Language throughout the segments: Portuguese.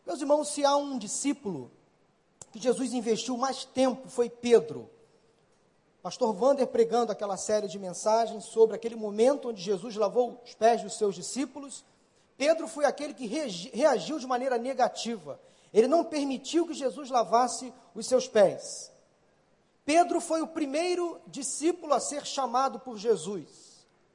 Meus irmãos, se há um discípulo que Jesus investiu mais tempo, foi Pedro. Pastor Wander pregando aquela série de mensagens sobre aquele momento onde Jesus lavou os pés dos seus discípulos. Pedro foi aquele que reagiu de maneira negativa. Ele não permitiu que Jesus lavasse os seus pés. Pedro foi o primeiro discípulo a ser chamado por Jesus.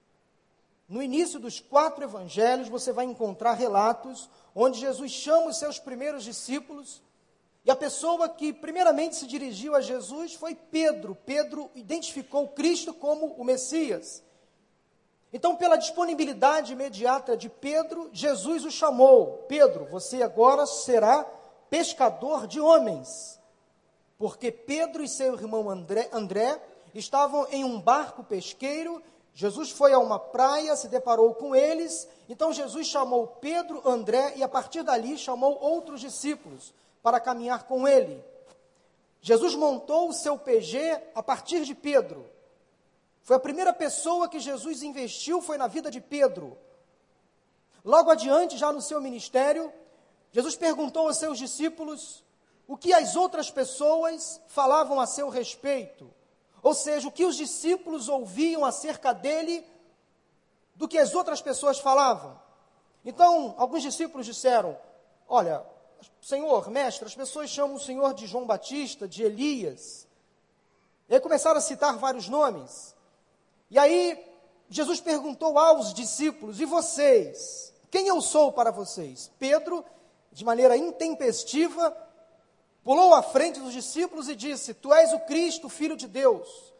No início dos 4 evangelhos, você vai encontrar relatos onde Jesus chama os seus primeiros discípulos, e a pessoa que primeiramente se dirigiu a Jesus foi Pedro. Pedro identificou Cristo como o Messias. Então, pela disponibilidade imediata de Pedro, Jesus o chamou. Pedro, você agora será pescador de homens. Porque Pedro e seu irmão André estavam em um barco pesqueiro. Jesus foi a uma praia, se deparou com eles. Então, Jesus chamou Pedro, André e, a partir dali, chamou outros discípulos para caminhar com ele. Jesus montou o seu PG a partir de Pedro. Foi a primeira pessoa que Jesus investiu, foi na vida de Pedro. Logo adiante, já no seu ministério, Jesus perguntou aos seus discípulos o que as outras pessoas falavam a seu respeito. Ou seja, o que os discípulos ouviam acerca dele do que as outras pessoas falavam. Então, alguns discípulos disseram, olha, Senhor, mestre, as pessoas chamam o Senhor de João Batista, de Elias. E aí começaram a citar vários nomes. E aí, Jesus perguntou aos discípulos, e vocês? Quem eu sou para vocês? Pedro, de maneira intempestiva, pulou à frente dos discípulos e disse, tu és o Cristo, Filho de Deus.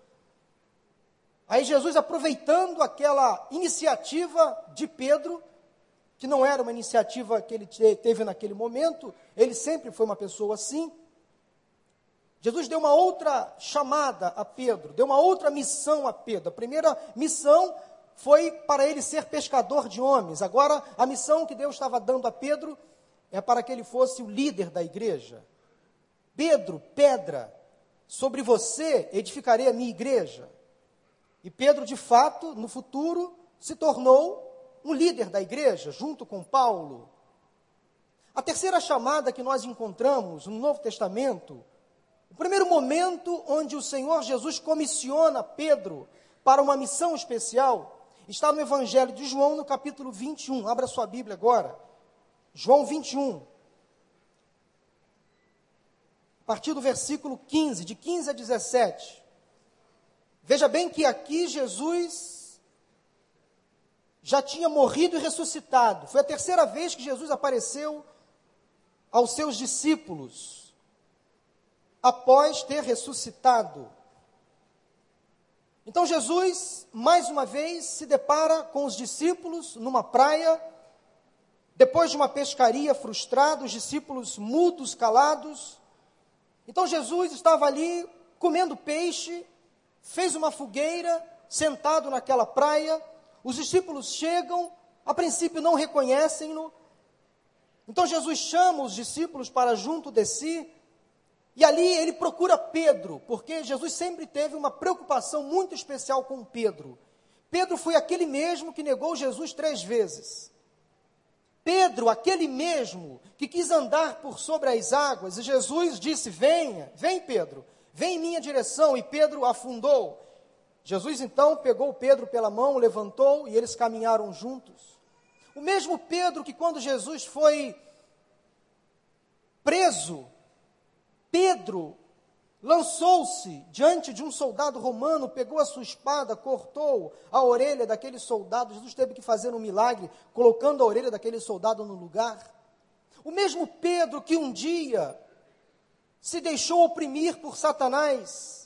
Aí Jesus, aproveitando aquela iniciativa de Pedro, que não era uma iniciativa que ele teve naquele momento, ele sempre foi uma pessoa assim, Jesus deu uma outra chamada a Pedro, deu uma outra missão a Pedro. A primeira missão foi para ele ser pescador de homens. Agora, a missão que Deus estava dando a Pedro é para que ele fosse o líder da igreja. Pedro, pedra, sobre você edificarei a minha igreja. E Pedro, de fato, no futuro, se tornou um líder da igreja, junto com Paulo. A terceira chamada que nós encontramos no Novo Testamento, o primeiro momento onde o Senhor Jesus comissiona Pedro para uma missão especial, está no Evangelho de João, no capítulo 21. Abra sua Bíblia agora. João 21. A partir do versículo 15, de 15 a 17. Veja bem que aqui Jesus já tinha morrido e ressuscitado. Foi a terceira vez que Jesus apareceu aos seus discípulos, após ter ressuscitado. Então Jesus, mais uma vez, se depara com os discípulos numa praia, depois de uma pescaria frustrada, os discípulos mudos, calados. Então Jesus estava ali comendo peixe, fez uma fogueira, sentado naquela praia. Os discípulos chegam, a princípio não reconhecem-no. Então Jesus chama os discípulos para junto de si, e ali ele procura Pedro, porque Jesus sempre teve uma preocupação muito especial com Pedro. Pedro foi aquele mesmo que negou Jesus 3 vezes. Pedro, aquele mesmo que quis andar por sobre as águas, e Jesus disse, venha, vem Pedro, vem em minha direção, e Pedro afundou. Jesus então pegou Pedro pela mão, levantou, e eles caminharam juntos. O mesmo Pedro que quando Jesus foi preso, Pedro lançou-se diante de um soldado romano, pegou a sua espada, cortou a orelha daquele soldado. Jesus teve que fazer um milagre, colocando a orelha daquele soldado no lugar. O mesmo Pedro que um dia se deixou oprimir por Satanás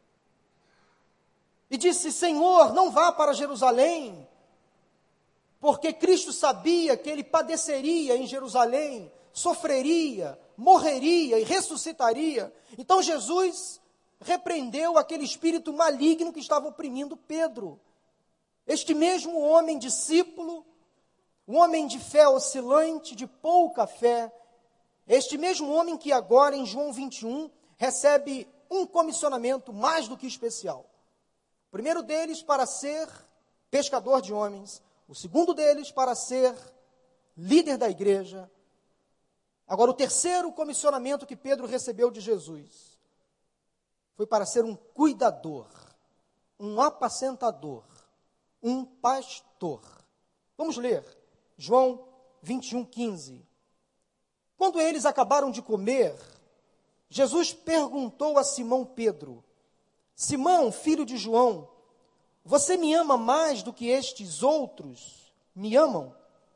e disse, Senhor, não vá para Jerusalém, porque Cristo sabia que ele padeceria em Jerusalém, sofreria, morreria e ressuscitaria. Então Jesus repreendeu aquele espírito maligno que estava oprimindo Pedro. Este mesmo homem discípulo, um homem de fé oscilante, de pouca fé, este mesmo homem que agora em João 21 recebe um comissionamento mais do que especial. O primeiro deles para ser pescador de homens, o segundo deles para ser líder da igreja, Agora, o terceiro comissionamento que Pedro recebeu de Jesus foi para ser um cuidador, um apacentador, um pastor. Vamos ler João 21:15. Quando eles acabaram de comer, Jesus perguntou a Simão Pedro: Simão, filho de João, você me ama mais do que estes outros me amam?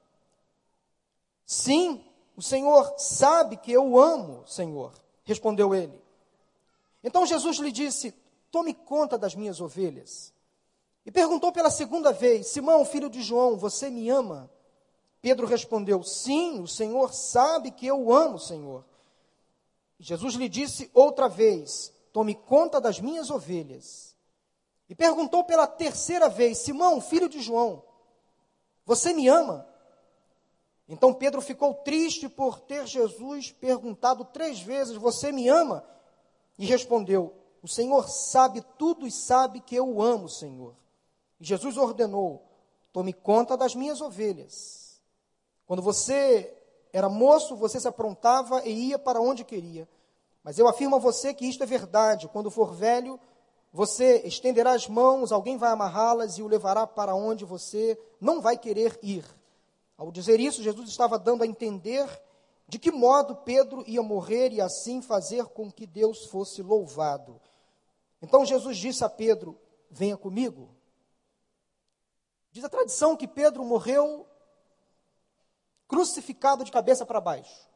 Sim, o Senhor sabe que eu o amo, Senhor, respondeu ele. Então Jesus lhe disse: tome conta das minhas ovelhas. E perguntou pela segunda vez: Simão, filho de João, você me ama? Pedro respondeu: sim, o Senhor sabe que eu o amo, Senhor. Jesus lhe disse outra vez: tome conta das minhas ovelhas. E perguntou pela terceira vez: Simão, filho de João, você me ama? Então Pedro ficou triste por ter Jesus perguntado 3 vezes: você me ama? E respondeu: o Senhor sabe tudo e sabe que eu o amo, Senhor. E Jesus ordenou: tome conta das minhas ovelhas. Quando você era moço, você se aprontava e ia para onde queria. Mas eu afirmo a você que isto é verdade: quando for velho, você estenderá as mãos, alguém vai amarrá-las e o levará para onde você não vai querer ir. Ao dizer isso, Jesus estava dando a entender de que modo Pedro ia morrer e assim fazer com que Deus fosse louvado. Então Jesus disse a Pedro: venha comigo. Diz a tradição que Pedro morreu crucificado de cabeça para baixo.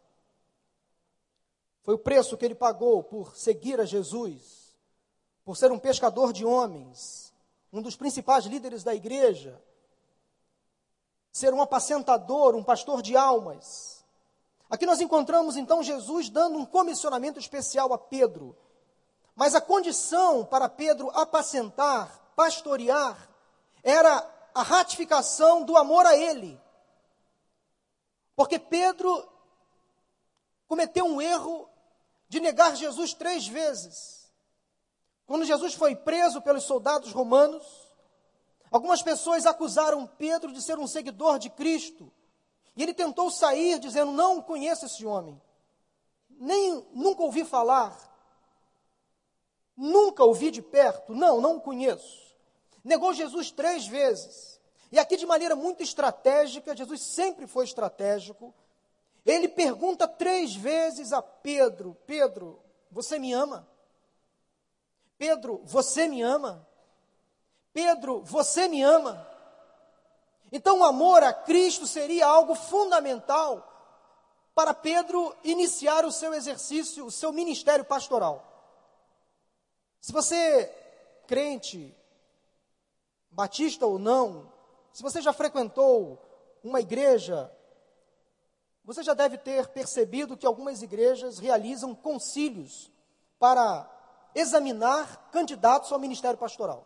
Foi o preço que ele pagou por seguir a Jesus, por ser um pescador de homens, um dos principais líderes da igreja, ser um apacentador, um pastor de almas. Aqui nós encontramos então Jesus dando um comissionamento especial a Pedro. Mas a condição para Pedro apacentar, pastorear, era a ratificação do amor a ele. Porque Pedro cometeu um erro de negar Jesus 3 vezes. Quando Jesus foi preso pelos soldados romanos, algumas pessoas acusaram Pedro de ser um seguidor de Cristo. E ele tentou sair dizendo: não conheço esse homem. Nunca ouvi falar. Nunca ouvi de perto. Não o conheço. Negou Jesus 3 vezes. E aqui, de maneira muito estratégica, Jesus sempre foi estratégico. Ele pergunta 3 vezes a Pedro: Pedro, você me ama? Pedro, você me ama? Pedro, você me ama? Então o amor a Cristo seria algo fundamental para Pedro iniciar o seu exercício, o seu ministério pastoral. Se você, crente, batista ou não, se você já frequentou uma igreja, você já deve ter percebido que algumas igrejas realizam concílios para examinar candidatos ao ministério pastoral.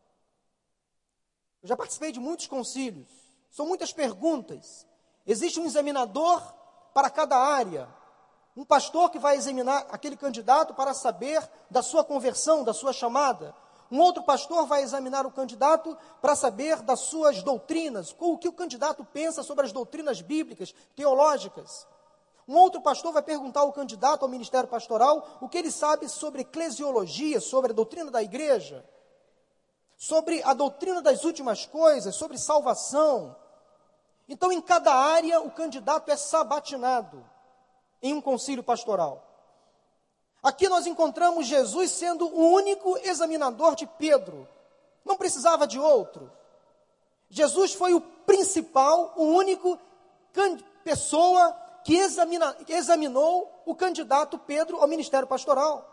Eu já participei de muitos concílios, são muitas perguntas. Existe um examinador para cada área, um pastor que vai examinar aquele candidato para saber da sua conversão, da sua chamada. Um outro pastor vai examinar o candidato para saber das suas doutrinas, o que o candidato pensa sobre as doutrinas bíblicas, teológicas. Um outro pastor vai perguntar ao candidato ao ministério pastoral o que ele sabe sobre eclesiologia, sobre a doutrina da igreja, sobre a doutrina das últimas coisas, sobre salvação. Então, em cada área, o candidato é sabatinado em um concílio pastoral. Aqui nós encontramos Jesus sendo o único examinador de Pedro. Não precisava de outro. Jesus foi o principal, o único pessoa que examinou o candidato Pedro ao ministério pastoral.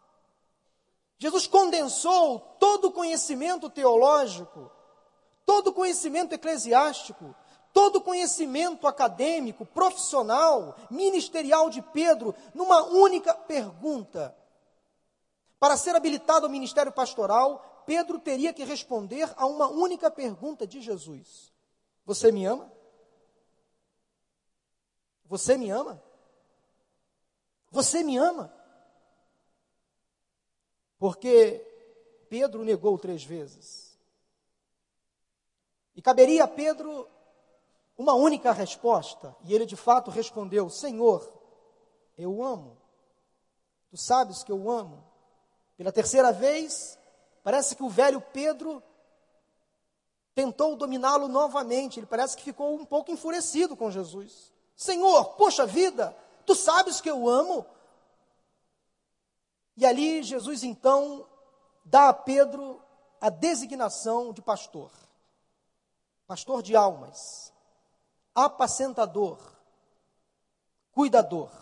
Jesus condensou todo o conhecimento teológico, todo o conhecimento eclesiástico, todo o conhecimento acadêmico, profissional, ministerial de Pedro, numa única pergunta. Para ser habilitado ao ministério pastoral, Pedro teria que responder a uma única pergunta de Jesus: você me ama? Você me ama? Você me ama? Porque Pedro negou 3 vezes. E caberia a Pedro uma única resposta, e ele de fato respondeu: Senhor, eu amo. Tu sabes que eu amo. Pela terceira vez, parece que o velho Pedro tentou dominá-lo novamente. Ele parece que ficou um pouco enfurecido com Jesus. Senhor, poxa vida, tu sabes que eu amo. E ali Jesus então dá a Pedro a designação de pastor. Pastor de almas, apacentador, cuidador.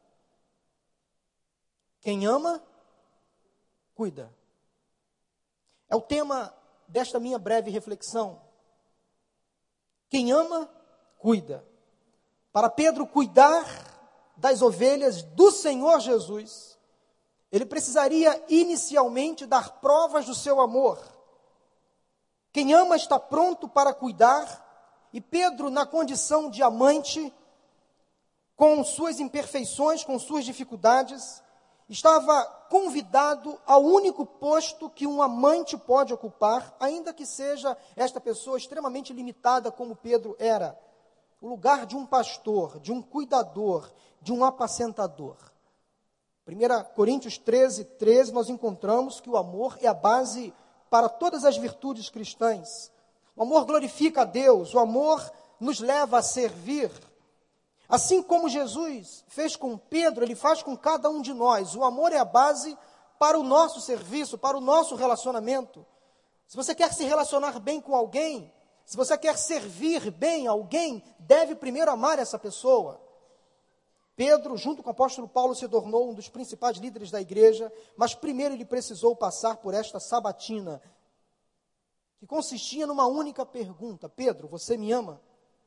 Quem ama, cuida. É o tema desta minha breve reflexão. Quem ama, cuida. Para Pedro cuidar das ovelhas do Senhor Jesus, ele precisaria inicialmente dar provas do seu amor. Quem ama está pronto para cuidar, e Pedro, na condição de amante, com suas imperfeições, com suas dificuldades, estava convidado ao único posto que um amante pode ocupar, ainda que seja esta pessoa extremamente limitada como Pedro era, o lugar de um pastor, de um cuidador, de um apacentador. 1 Coríntios 13, nós encontramos que o amor é a base para todas as virtudes cristãs. O amor glorifica a Deus, o amor nos leva a servir. Assim como Jesus fez com Pedro, ele faz com cada um de nós. O amor é a base para o nosso serviço, para o nosso relacionamento. Se você quer se relacionar bem com alguém, se você quer servir bem alguém, deve primeiro amar essa pessoa. Pedro, junto com o apóstolo Paulo, se tornou um dos principais líderes da igreja, mas primeiro ele precisou passar por esta sabatina, que consistia numa única pergunta: Pedro, você me ama?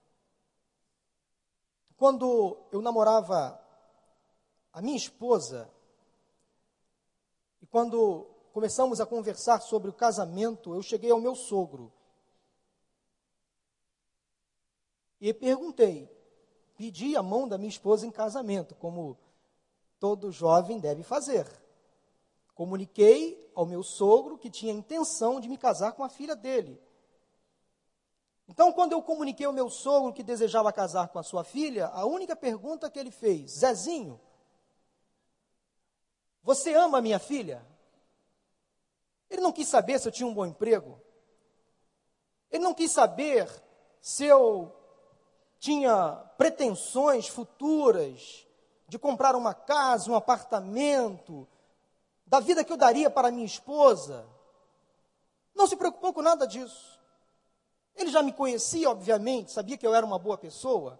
Quando eu namorava a minha esposa, e quando começamos a conversar sobre o casamento, eu cheguei ao meu sogro e perguntei, pedi a mão da minha esposa em casamento, como todo jovem deve fazer. Comuniquei ao meu sogro que tinha intenção de me casar com a filha dele. Então, quando eu comuniquei ao meu sogro que desejava casar com a sua filha, a única pergunta que ele fez: Zezinho, você ama a minha filha? Ele não quis saber se eu tinha um bom emprego. Ele não quis saber se eu tinha pretensões futuras de comprar uma casa, um apartamento, da vida que eu daria para minha esposa. Não se preocupou com nada disso. Ele já me conhecia, obviamente, sabia que eu era uma boa pessoa.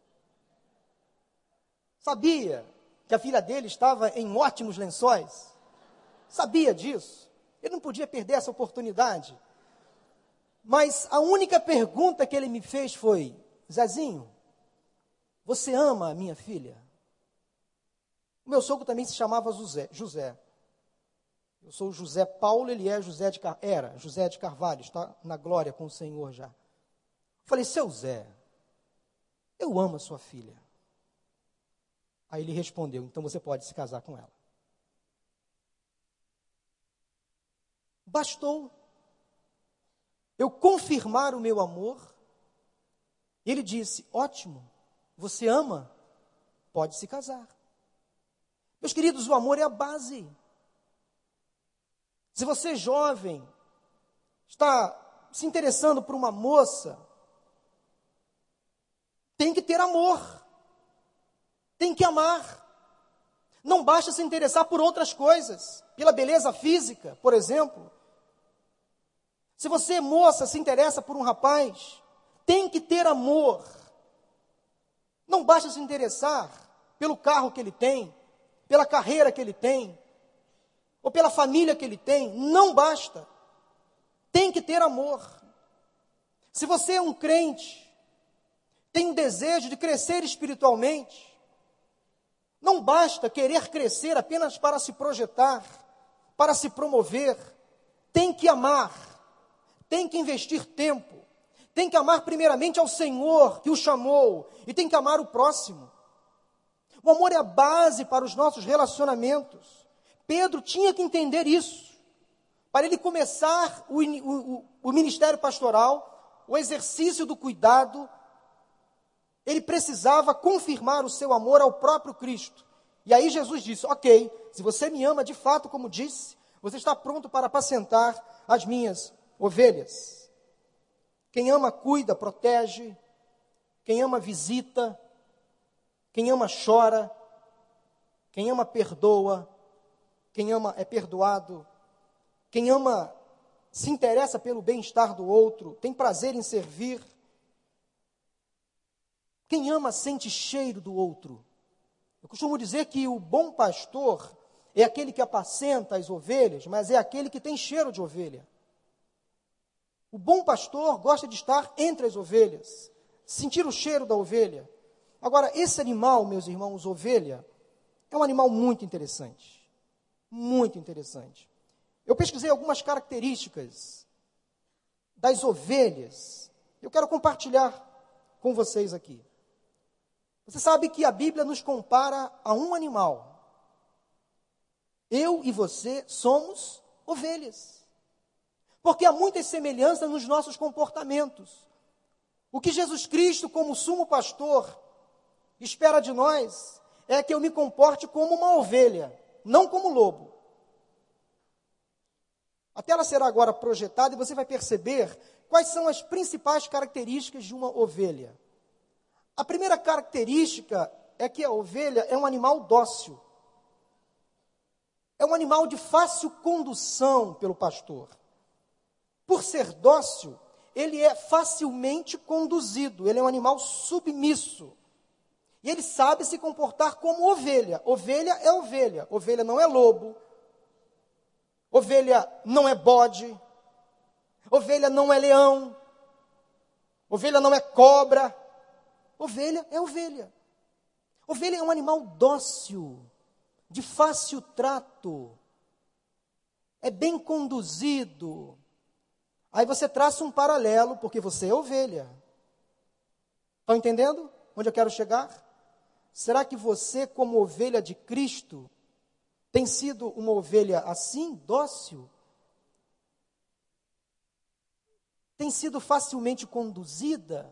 Sabia que a filha dele estava em ótimos lençóis. Sabia disso. Ele não podia perder essa oportunidade. Mas a única pergunta que ele me fez foi: Zezinho, você ama a minha filha? O meu sogro também se chamava José. Eu sou José Paulo, ele é José de Carvalho, está na glória com o Senhor já. Falei: seu Zé, eu amo a sua filha. Aí ele respondeu: então você pode se casar com ela. Bastou eu confirmar o meu amor. Ele disse: ótimo, você ama, pode se casar. Meus queridos, o amor é a base. Se você, jovem, está se interessando por uma moça, tem que ter amor, tem que amar. Não basta se interessar por outras coisas, pela beleza física, por exemplo. Se você, moça, se interessa por um rapaz, tem que ter amor. Não basta se interessar pelo carro que ele tem, pela carreira que ele tem, ou pela família que ele tem. Não basta. Tem que ter amor. Se você é um crente, tem um desejo de crescer espiritualmente, não basta querer crescer apenas para se projetar, para se promover. Tem que amar, tem que investir tempo, tem que amar primeiramente ao Senhor que o chamou, e tem que amar o próximo. O amor é a base para os nossos relacionamentos. Pedro tinha que entender isso. Para ele começar o ministério pastoral, o exercício do cuidado, ele precisava confirmar o seu amor ao próprio Cristo. E aí Jesus disse, ok, se você me ama de fato, como disse, você está pronto para apacentar as minhas ovelhas. Quem ama cuida, protege. Quem ama visita. Quem ama chora. Quem ama perdoa. Quem ama é perdoado. Quem ama se interessa pelo bem-estar do outro, tem prazer em servir. Quem ama sente cheiro do outro. Eu costumo dizer que o bom pastor é aquele que apacenta as ovelhas, mas é aquele que tem cheiro de ovelha. O bom pastor gosta de estar entre as ovelhas, sentir o cheiro da ovelha. Agora, esse animal, meus irmãos, ovelha, é um animal muito interessante. Muito interessante. Eu pesquisei algumas características das ovelhas. Eu quero compartilhar com vocês aqui. Você sabe que a Bíblia nos compara a um animal. Eu e você somos ovelhas. Porque há muitas semelhanças nos nossos comportamentos. O que Jesus Cristo, como sumo pastor, espera de nós é que eu me comporte como uma ovelha, não como lobo. A tela será agora projetada e você vai perceber quais são as principais características de uma ovelha. A primeira característica é que a ovelha é um animal dócil. É um animal de fácil condução pelo pastor. Por ser dócil, ele é facilmente conduzido. Ele é um animal submisso. E ele sabe se comportar como ovelha. Ovelha é ovelha. Ovelha não é lobo. Ovelha não é bode. Ovelha não é leão. Ovelha não é cobra. Ovelha é ovelha. Ovelha é um animal dócil, de fácil trato, é bem conduzido. Aí você traça um paralelo, porque você é ovelha. Estão entendendo onde eu quero chegar? Será que você, como ovelha de Cristo, tem sido uma ovelha assim, dócil? Tem sido facilmente conduzida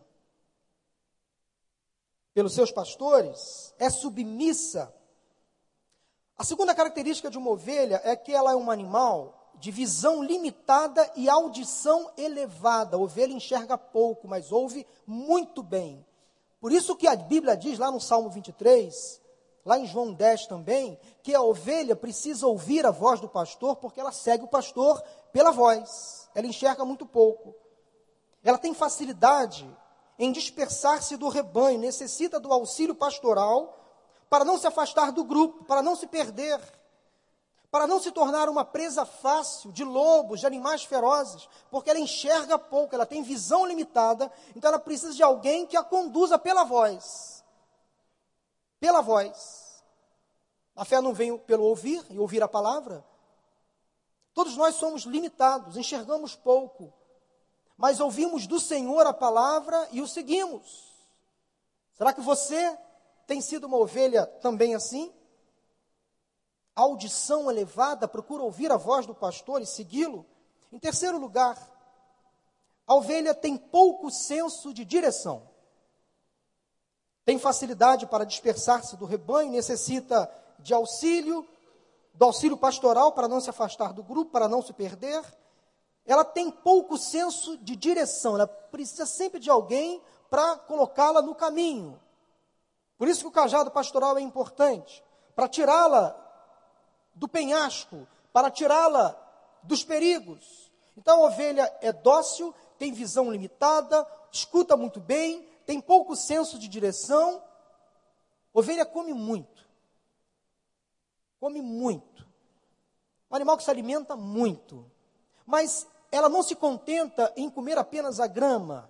pelos seus pastores? É submissa? A segunda característica de uma ovelha é que ela é um animal de visão limitada e audição elevada. A ovelha enxerga pouco, mas ouve muito bem. Por isso que a Bíblia diz lá no Salmo 23, lá em João 10 também, que a ovelha precisa ouvir a voz do pastor, porque ela segue o pastor pela voz. Ela enxerga muito pouco. Ela tem facilidade em dispersar-se do rebanho, necessita do auxílio pastoral para não se afastar do grupo, para não se perder, para não se tornar uma presa fácil de lobos, de animais ferozes, porque ela enxerga pouco, ela tem visão limitada, então ela precisa de alguém que a conduza pela voz. Pela voz. A fé não vem pelo ouvir, e ouvir a palavra. Todos nós somos limitados, enxergamos pouco, mas ouvimos do Senhor a palavra e o seguimos. Será que você tem sido uma ovelha também assim? A audição elevada, procura ouvir a voz do pastor e segui-lo. Em terceiro lugar, a ovelha tem pouco senso de direção. Tem facilidade para dispersar-se do rebanho, necessita de auxílio, do auxílio pastoral para não se afastar do grupo, para não se perder. Ela tem pouco senso de direção, ela precisa sempre de alguém para colocá-la no caminho. Por isso que o cajado pastoral é importante, para tirá-la do penhasco, para tirá-la dos perigos. Então a ovelha é dócil, tem visão limitada, escuta muito bem, tem pouco senso de direção. Ovelha come muito. Come muito. Um animal que se alimenta muito. Mas ela não se contenta em comer apenas a grama.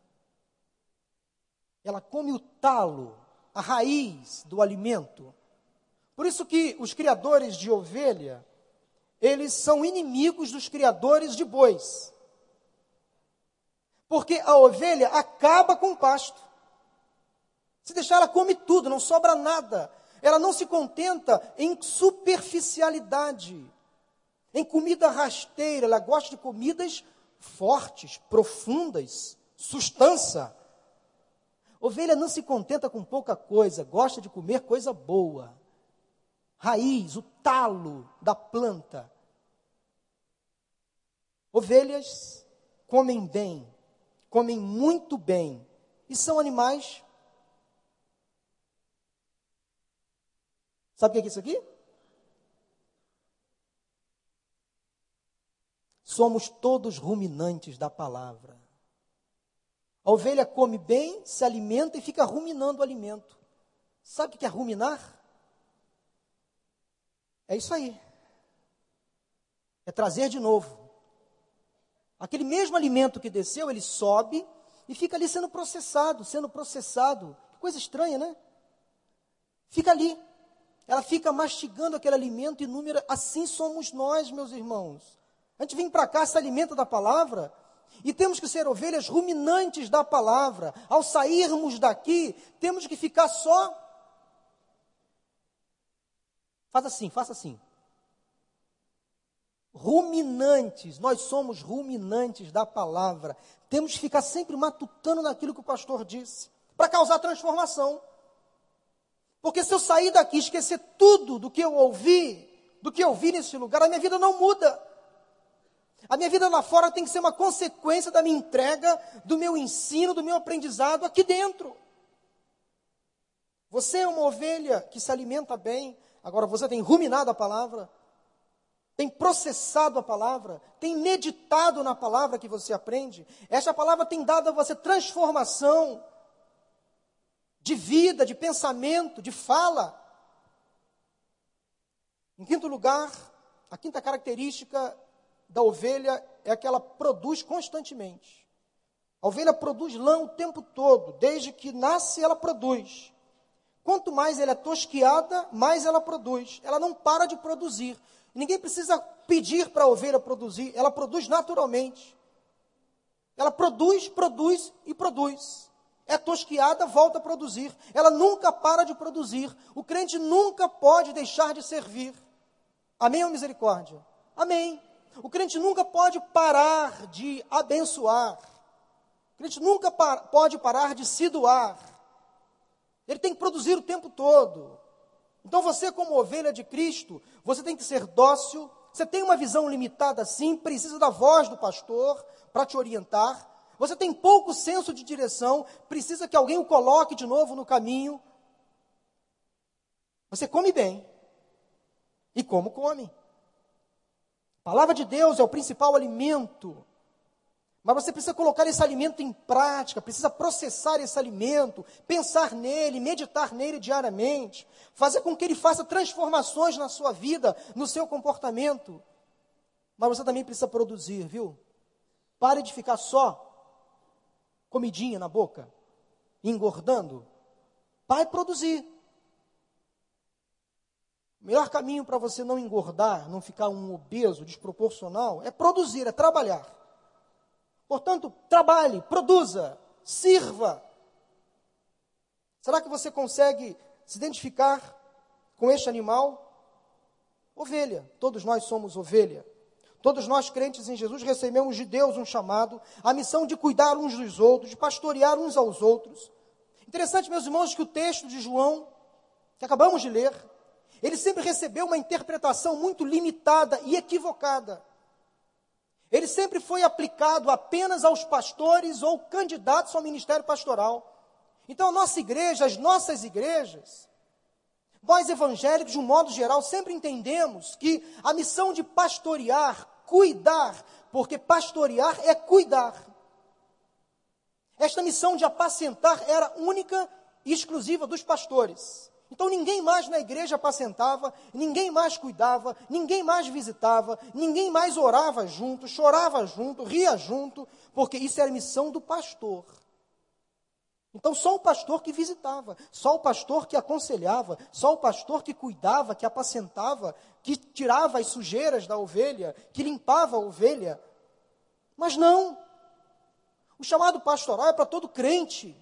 Ela come o talo, a raiz do alimento. Por isso que os criadores de ovelha, eles são inimigos dos criadores de bois. Porque a ovelha acaba com o pasto. Se deixar, ela come tudo, não sobra nada. Ela não se contenta em superficialidade, em comida rasteira. Ela gosta de comidas fortes, profundas, sustância. Ovelha não se contenta com pouca coisa, gosta de comer coisa boa. raiz, o talo da planta. Ovelhas comem bem, comem muito bem, e são animais. Sabe o que é isso aqui? Somos todos ruminantes da palavra. A ovelha come bem, se alimenta e fica ruminando o alimento. Sabe o que é ruminar? É isso aí. É trazer de novo. Aquele mesmo alimento que desceu, ele sobe e fica ali sendo processado. Que coisa estranha, né? Fica ali. Ela fica mastigando aquele alimento inúmero. Assim somos nós, meus irmãos. A gente vem para cá, se alimenta da palavra, e temos que ser ovelhas ruminantes da palavra. Ao sairmos daqui, temos que ficar só. Faça assim. Ruminantes, nós somos ruminantes da palavra. Temos que ficar sempre matutando naquilo que o pastor disse, para causar transformação. Porque se eu sair daqui e esquecer tudo do que eu ouvi nesse lugar, a minha vida não muda. A minha vida lá fora tem que ser uma consequência da minha entrega, do meu ensino, do meu aprendizado aqui dentro. Você é uma ovelha que se alimenta bem, agora você tem ruminado a palavra, tem processado a palavra, tem meditado na palavra que você aprende. Esta palavra tem dado a você transformação de vida, de pensamento, de fala. Em quinto lugar, a quinta característica da ovelha é que ela produz constantemente. A ovelha produz lã o tempo todo, desde que nasce ela produz. Quanto mais ela é tosquiada, mais ela produz. Ela não para de produzir. Ninguém precisa pedir para a ovelha produzir, ela produz naturalmente. Ela produz e produz. É tosquiada, volta a produzir. Ela nunca para de produzir. O crente nunca pode deixar de servir. Amém ou misericórdia? Amém. O crente nunca pode parar de abençoar. O crente nunca pode parar de se doar. Ele tem que produzir o tempo todo. Então você, como ovelha de Cristo, você tem que ser dócil. Você tem uma visão limitada, sim, precisa da voz do pastor para te orientar. Você tem pouco senso de direção, precisa que alguém o coloque de novo no caminho. Você come bem. E como come? A palavra de Deus é o principal alimento. Mas você precisa colocar esse alimento em prática, precisa processar esse alimento, pensar nele, meditar nele diariamente, fazer com que ele faça transformações na sua vida, no seu comportamento. Mas você também precisa produzir, viu? Pare de ficar só comidinha na boca, engordando. Pare de produzir. O melhor caminho para você não engordar, não ficar um obeso desproporcional, é produzir, é trabalhar. Portanto, trabalhe, produza, sirva. Será que você consegue se identificar com este animal? Ovelha, todos nós somos ovelha. Todos nós crentes em Jesus recebemos de Deus um chamado, a missão de cuidar uns dos outros, de pastorear uns aos outros. Interessante, meus irmãos, que o texto de João, que acabamos de ler, ele sempre recebeu uma interpretação muito limitada e equivocada. Ele sempre foi aplicado apenas aos pastores ou candidatos ao ministério pastoral. Então, a nossa igreja, as nossas igrejas, nós evangélicos, de um modo geral, sempre entendemos que a missão de pastorear, cuidar, porque pastorear é cuidar. Esta missão de apacentar era única e exclusiva dos pastores. Então ninguém mais na igreja apacentava, ninguém mais cuidava, ninguém mais visitava, ninguém mais orava junto, chorava junto, ria junto, porque isso era missão do pastor. Então só o pastor que visitava, só o pastor que aconselhava, só o pastor que cuidava, que apacentava, que tirava as sujeiras da ovelha, que limpava a ovelha. Mas não, o chamado pastoral é para todo crente.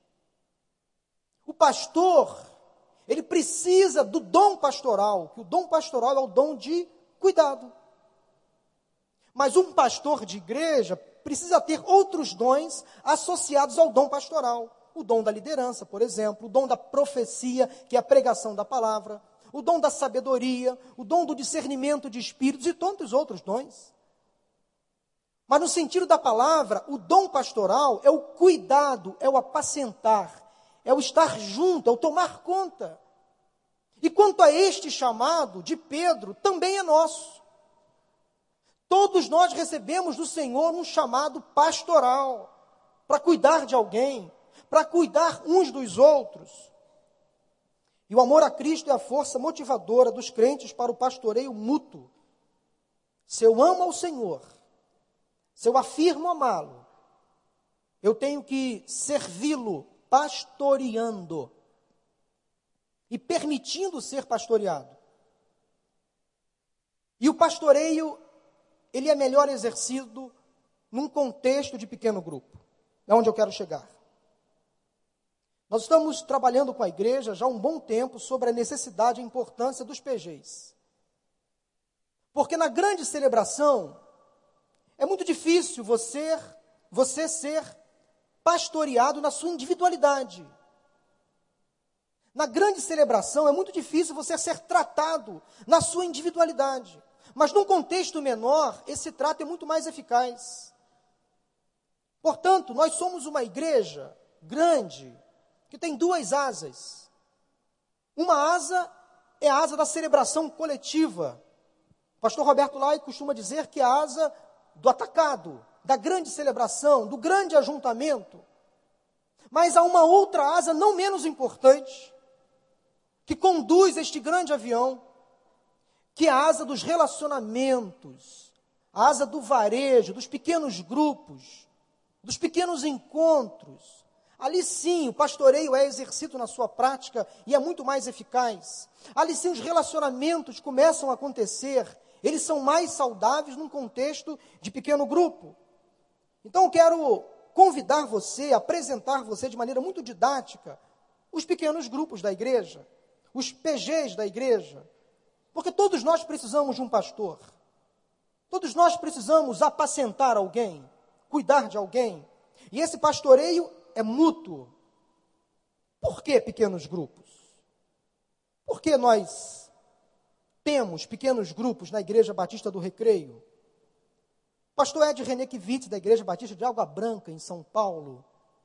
O pastor, ele precisa do dom pastoral, que o dom pastoral é o dom de cuidado. Mas um pastor de igreja precisa ter outros dons associados ao dom pastoral. O dom da liderança, por exemplo, o dom da profecia, que é a pregação da palavra, o dom da sabedoria, o dom do discernimento de espíritos e tantos outros dons. Mas no sentido da palavra, o dom pastoral é o cuidado, é o apacentar, é o estar junto, é o tomar conta. E quanto a este chamado de Pedro, também é nosso. Todos nós recebemos do Senhor um chamado pastoral, para cuidar de alguém, para cuidar uns dos outros. E o amor a Cristo é a força motivadora dos crentes para o pastoreio mútuo. Se eu amo ao Senhor, se eu afirmo amá-lo, eu tenho que servi-lo pastoreando e permitindo ser pastoreado. E o pastoreio, ele é melhor exercido num contexto de pequeno grupo. É onde eu quero chegar. Nós estamos trabalhando com a igreja já há um bom tempo sobre a necessidade e a importância dos PGs. Porque na grande celebração, é muito difícil você ser pastoreado na sua individualidade. Na grande celebração, é muito difícil você ser tratado na sua individualidade. Mas num contexto menor, esse trato é muito mais eficaz. Portanto, nós somos uma igreja grande, que tem duas asas. Uma asa é a asa da celebração coletiva. O pastor Roberto Lai costuma dizer que é a asa do atacado, da grande celebração, do grande ajuntamento. Mas há uma outra asa não menos importante, que conduz este grande avião, que é a asa dos relacionamentos, a asa do varejo, dos pequenos grupos, dos pequenos encontros. Ali sim, o pastoreio é exercido na sua prática e é muito mais eficaz. Ali sim, os relacionamentos começam a acontecer. Eles são mais saudáveis num contexto de pequeno grupo. Então, eu quero convidar você, apresentar você de maneira muito didática os pequenos grupos da igreja, os PGs da igreja. Porque todos nós precisamos de um pastor. Todos nós precisamos apacentar alguém, cuidar de alguém. E esse pastoreio é mútuo. Por que pequenos grupos? Por que nós temos pequenos grupos na Igreja Batista do Recreio? O pastor Ed René Kivitz, da Igreja Batista de Água Branca, em São Paulo,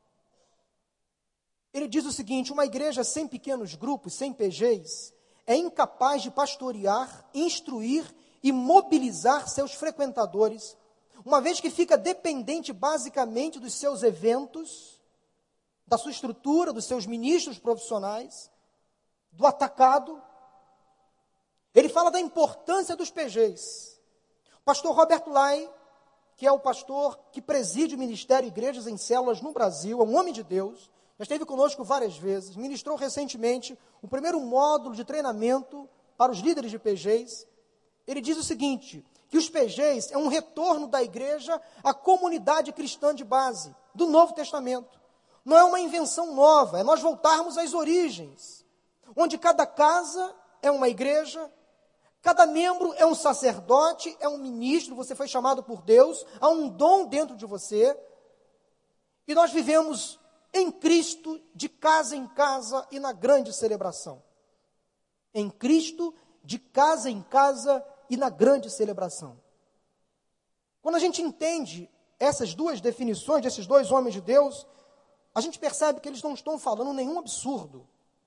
ele diz o seguinte: uma igreja sem pequenos grupos, sem PGs, é incapaz de pastorear, instruir e mobilizar seus frequentadores, uma vez que fica dependente basicamente dos seus eventos, da sua estrutura, dos seus ministros profissionais, do atacado. Ele fala da importância dos PGs. O pastor Roberto Lai, que é o pastor que preside o Ministério Igrejas em Células no Brasil, é um homem de Deus, já esteve conosco várias vezes, ministrou recentemente o primeiro módulo de treinamento para os líderes de PGs. Ele diz o seguinte, que os PGs é um retorno da igreja à comunidade cristã de base, do Novo Testamento. Não é uma invenção nova, é nós voltarmos às origens, onde cada casa é uma igreja, cada membro é um sacerdote, é um ministro, você foi chamado por Deus, há um dom dentro de você, e nós vivemos em Cristo, de casa em casa e na grande celebração. Em Cristo, de casa em casa e na grande celebração. Quando a gente entende essas duas definições desses dois homens de Deus, a gente percebe que eles não estão falando nenhum absurdo.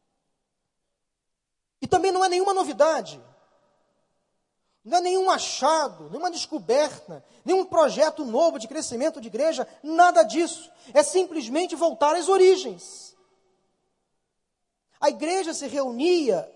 E também não é nenhuma novidade. Não é nenhum achado, nenhuma descoberta, nenhum projeto novo de crescimento de igreja, nada disso. É simplesmente voltar às origens. A igreja se reunia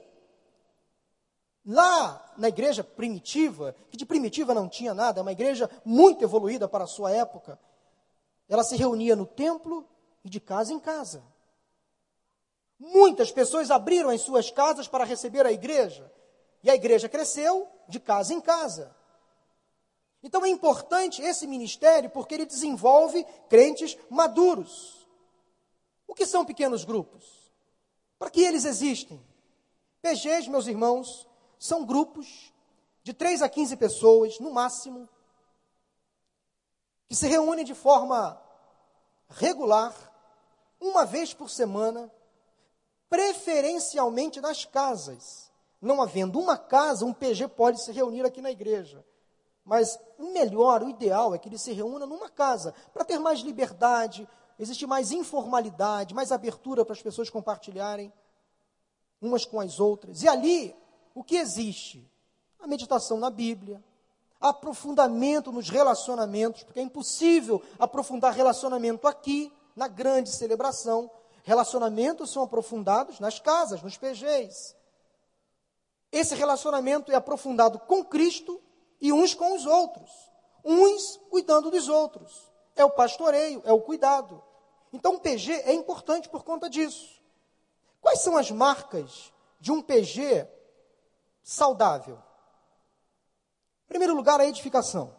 lá na igreja primitiva, que de primitiva não tinha nada, é uma igreja muito evoluída para a sua época. Ela se reunia no templo e de casa em casa. Muitas pessoas abriram as suas casas para receber a igreja. E a igreja cresceu de casa em casa. Então é importante esse ministério porque ele desenvolve crentes maduros. O que são pequenos grupos? Para que eles existem? PGs, meus irmãos, são grupos de 3 a 15 pessoas, no máximo, que se reúnem de forma regular, uma vez por semana, preferencialmente nas casas não havendo uma casa, um PG pode se reunir aqui na igreja. Mas o melhor, o ideal é que ele se reúna numa casa, para ter mais liberdade, existe mais informalidade, mais abertura para as pessoas compartilharem umas com as outras. E ali, o que existe? A meditação na Bíblia, aprofundamento nos relacionamentos, porque é impossível aprofundar relacionamento aqui, na grande celebração. Relacionamentos são aprofundados nas casas, nos PGs. Esse relacionamento é aprofundado com Cristo e uns com os outros. Uns cuidando dos outros. É o pastoreio, é o cuidado. Então o PG é importante por conta disso. Quais são as marcas de um PG saudável? Em primeiro lugar, a edificação.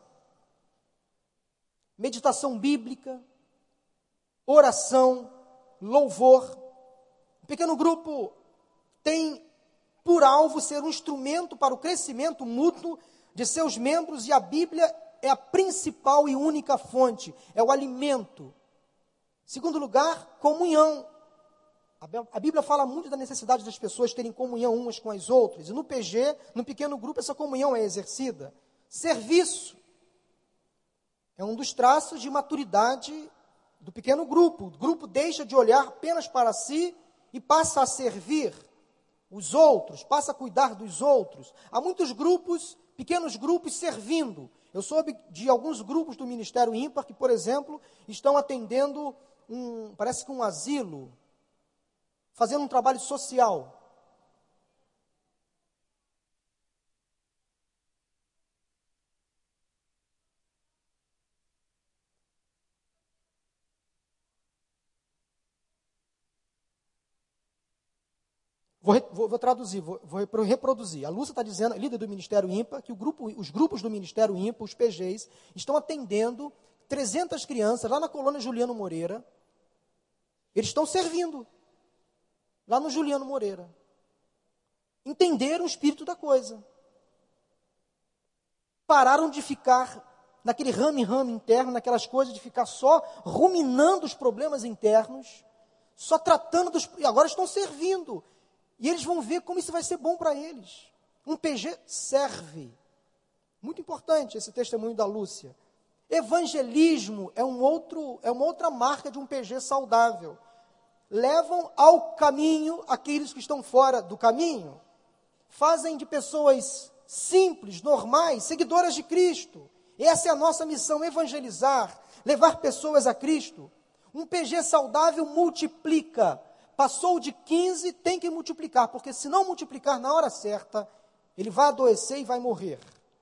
Meditação bíblica, oração, louvor. O pequeno grupo tem por alvo ser um instrumento para o crescimento mútuo de seus membros, e a Bíblia é a principal e única fonte, é o alimento. Segundo lugar, comunhão. A Bíblia fala muito da necessidade das pessoas terem comunhão umas com as outras, e no PG, no pequeno grupo, essa comunhão é exercida. Serviço. É um dos traços de maturidade do pequeno grupo. O grupo deixa de olhar apenas para si e passa a servir os outros, passa a cuidar dos outros. Há muitos grupos, pequenos grupos servindo. Eu soube de alguns grupos do Ministério Ímpar que, por exemplo, estão atendendo parece que um asilo, fazendo um trabalho social. Vou traduzir, vou reproduzir. A Lúcia está dizendo, líder do Ministério Ímpar, que os grupos do Ministério Ímpar, os PGs, estão atendendo 300 crianças lá na colônia Juliano Moreira. Eles estão servindo lá no Juliano Moreira. Entenderam o espírito da coisa. Pararam de ficar naquele rame-rame interno, naquelas coisas de ficar só ruminando os problemas internos, só tratando e agora estão servindo. E eles vão ver como isso vai ser bom para eles. Um PG serve. Muito importante esse testemunho da Lúcia. Evangelismo é uma outra marca de um PG saudável. Levam ao caminho aqueles que estão fora do caminho. Fazem de pessoas simples, normais, seguidoras de Cristo. Essa é a nossa missão, evangelizar, levar pessoas a Cristo. Um PG saudável multiplica. Passou de 15, tem que multiplicar, porque se não multiplicar na hora certa, ele vai adoecer e vai morrer.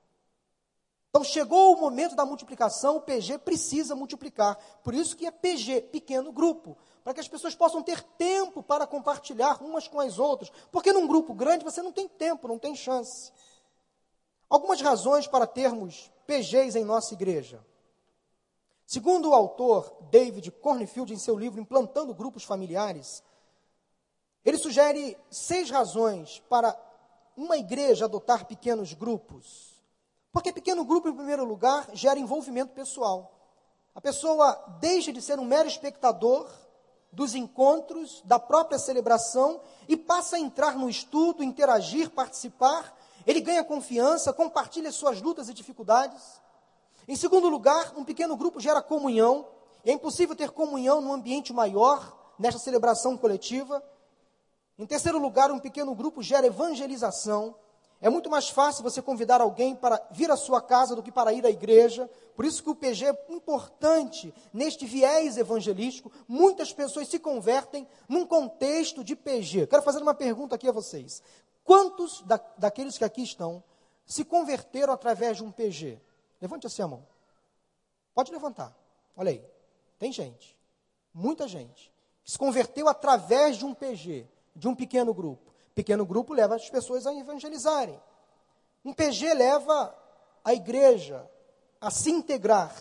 Então chegou o momento da multiplicação, o PG precisa multiplicar. Por isso que é PG, pequeno grupo, para que as pessoas possam ter tempo para compartilhar umas com as outras. Porque num grupo grande você não tem tempo, não tem chance. Algumas razões para termos PGs em nossa igreja. Segundo o autor David Cornfield, em seu livro Implantando Grupos Familiares, ele sugere 6 razões para uma igreja adotar pequenos grupos. Porque pequeno grupo, em primeiro lugar, gera envolvimento pessoal. A pessoa deixa de ser um mero espectador dos encontros, da própria celebração, e passa a entrar no estudo, interagir, participar. Ele ganha confiança, compartilha suas lutas e dificuldades. Em segundo lugar, um pequeno grupo gera comunhão. É impossível ter comunhão num ambiente maior, nesta celebração coletiva. Em terceiro lugar, um pequeno grupo gera evangelização. É muito mais fácil você convidar alguém para vir à sua casa do que para ir à igreja. Por isso que o PG é importante neste viés evangelístico. Muitas pessoas se convertem num contexto de PG. Quero fazer uma pergunta aqui a vocês. Quantos daqueles que aqui estão se converteram através de um PG? Levante assim a mão. Pode levantar. Olha aí. Tem gente. Muita gente. Que se converteu através de um PG, de um pequeno grupo. Pequeno grupo leva as pessoas a evangelizarem. Um PG leva a igreja a se integrar.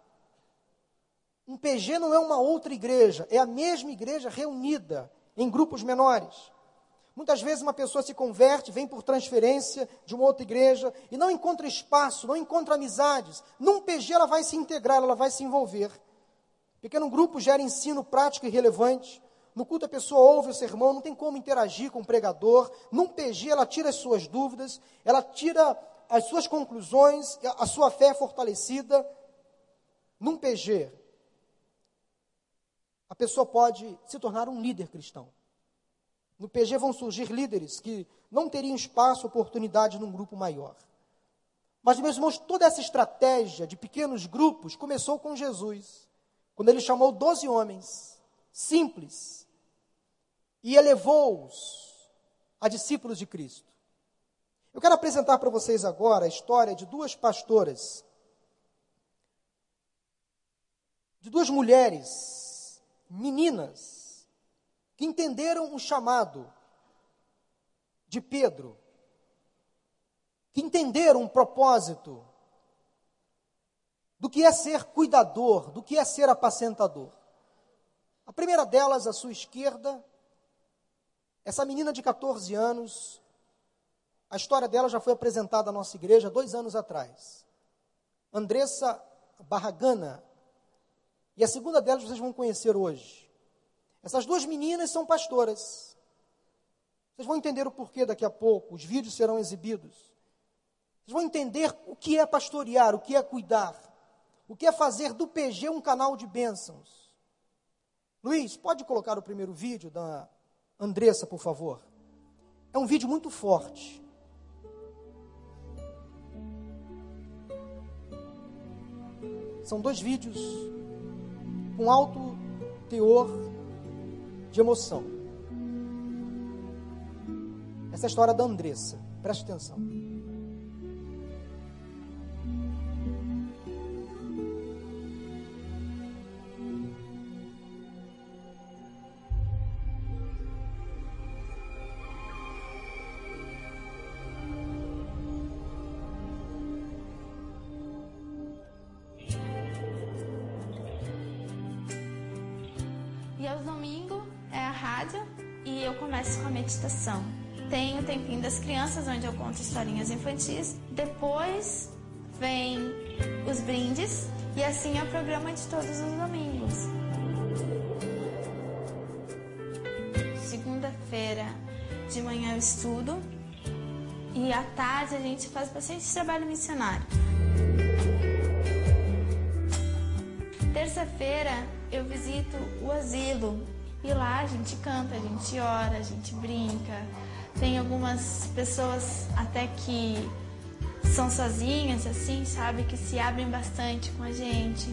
Um PG não é uma outra igreja, é a mesma igreja reunida em grupos menores. Muitas vezes uma pessoa se converte, vem por transferência de uma outra igreja e não encontra espaço, não encontra amizades. Num PG ela vai se integrar, ela vai se envolver. Pequeno grupo gera ensino prático e relevante. No culto a pessoa ouve o sermão, não tem como interagir com o pregador. Num PG ela tira as suas dúvidas, ela tira as suas conclusões, a sua fé é fortalecida. Num PG, a pessoa pode se tornar um líder cristão. No PG vão surgir líderes que não teriam espaço, oportunidade num grupo maior. Mas, meus irmãos, toda essa estratégia de pequenos grupos começou com Jesus, quando ele chamou 12 homens simples e elevou-os a discípulos de Cristo. Eu quero apresentar para vocês agora a história de duas pastoras, de duas mulheres, meninas, que entenderam o chamado de Pedro, que entenderam o propósito do que é ser cuidador, do que é ser apacentador. A primeira delas, à sua esquerda, essa menina de 14 anos, a história dela já foi apresentada à nossa igreja 2 anos atrás. Andressa Barragana. E a segunda delas vocês vão conhecer hoje. Essas duas meninas são pastoras. Vocês vão entender o porquê daqui a pouco, os vídeos serão exibidos. Vocês vão entender o que é pastorear, o que é cuidar, o que é fazer do PG um canal de bênçãos. Luiz, pode colocar o primeiro vídeo da Andressa, por favor? É um vídeo muito forte. São 2 vídeos com alto teor de emoção. Essa é a história da Andressa. Preste atenção. E aos domingos é a rádio e eu começo com a meditação. Tem o tempinho das crianças, onde eu conto historinhas infantis. Depois vem os brindes e assim é o programa de todos os domingos. Segunda-feira de manhã eu estudo e à tarde a gente faz bastante trabalho missionário. Terça-feira eu visito o asilo e lá a gente canta, a gente ora, a gente brinca. Tem algumas pessoas até que são sozinhas, assim, sabe, que se abrem bastante com a gente.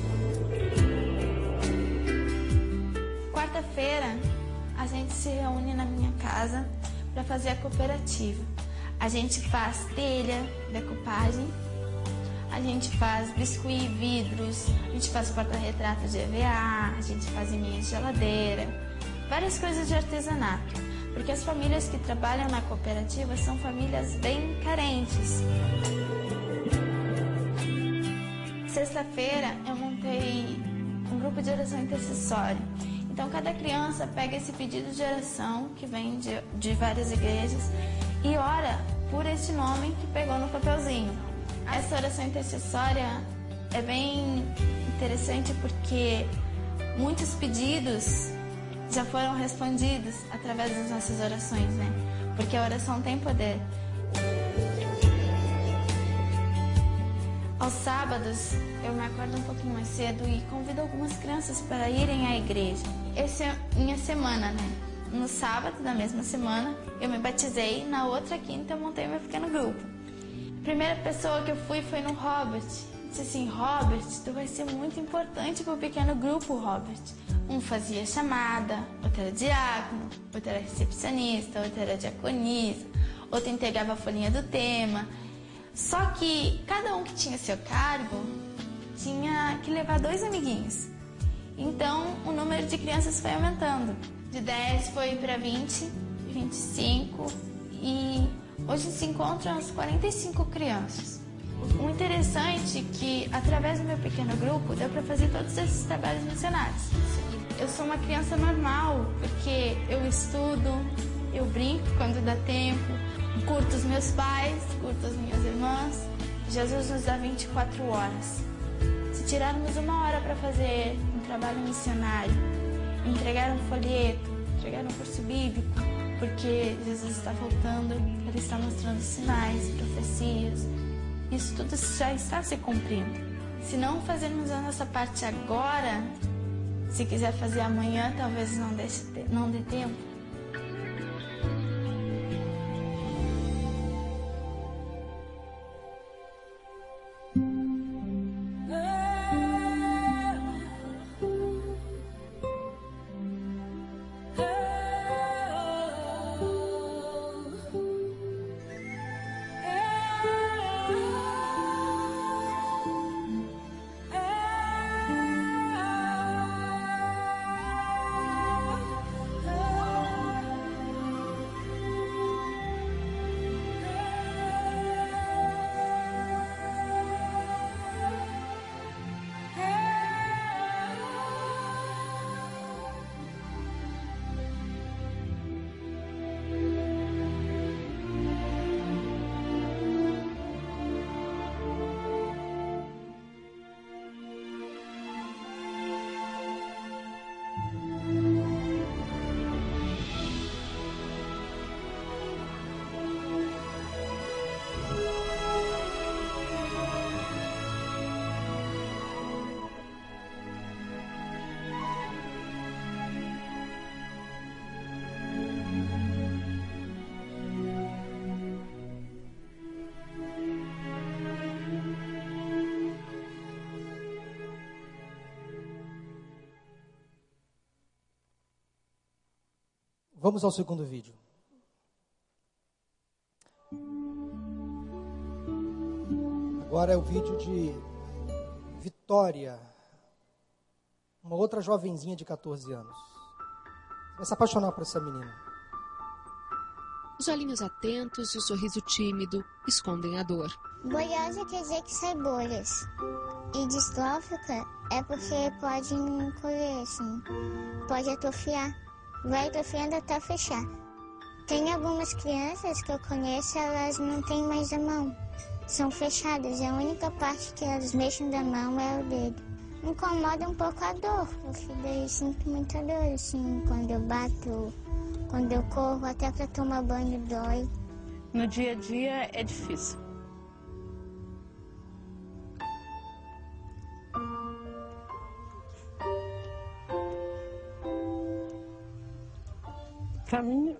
Quarta-feira a gente se reúne na minha casa para fazer a cooperativa. A gente faz telha, decupagem. A gente faz biscuit, vidros, a gente faz porta-retrato de EVA, a gente faz imãs de geladeira, várias coisas de artesanato, porque as famílias que trabalham na cooperativa são famílias bem carentes. Sexta-feira eu montei um grupo de oração intercessória, então cada criança pega esse pedido de oração que vem de várias igrejas e ora por esse nome que pegou no papelzinho. Essa oração intercessória é bem interessante porque muitos pedidos já foram respondidos através das nossas orações, né? Porque a oração tem poder. Aos sábados, eu me acordo um pouquinho mais cedo e convido algumas crianças para irem à igreja. Essa é minha semana, né? No sábado da mesma semana, eu me batizei, na outra quinta eu montei meu pequeno grupo. A primeira pessoa que eu fui foi no Robert. Disse assim: Robert, tu vai ser muito importante para o pequeno grupo, Robert. Um fazia chamada, outro era diácono, outro era recepcionista, outro era diaconisa, outro entregava a folhinha do tema. Só que cada um que tinha seu cargo tinha que levar 2 amiguinhos. Então o número de crianças foi aumentando. De 10 foi para 20, 25 e hoje se encontram as 45 crianças. O interessante é que, através do meu pequeno grupo, deu para fazer todos esses trabalhos missionários. Eu sou uma criança normal, porque eu estudo, eu brinco quando dá tempo, curto os meus pais, curto as minhas irmãs. Jesus nos dá 24 horas. Se tirarmos 1 hora para fazer um trabalho missionário entregaram folheto, entregaram curso bíblico, porque Jesus está voltando, Ele está mostrando sinais, profecias. Isso tudo já está se cumprindo. Se não fazermos a nossa parte agora, se quiser fazer amanhã, talvez não dê tempo. Vamos ao segundo vídeo. Agora é o vídeo de Vitória, uma outra jovenzinha de 14 anos. Você vai se apaixonar por essa menina. Os olhinhos atentos e o sorriso tímido escondem a dor. Bolhosa quer dizer que sai bolhas. E distrófica é porque pode encolher, assim, pode atrofiar. Vai atrofiando até fechar. Tem algumas crianças que eu conheço, elas não têm mais a mão. São fechadas, e a única parte que elas mexem da mão é o dedo. Me incomoda um pouco a dor, porque daí eu sinto muita dor, assim, quando eu bato, quando eu corro, até para tomar banho dói. No dia a dia é difícil. Para mim,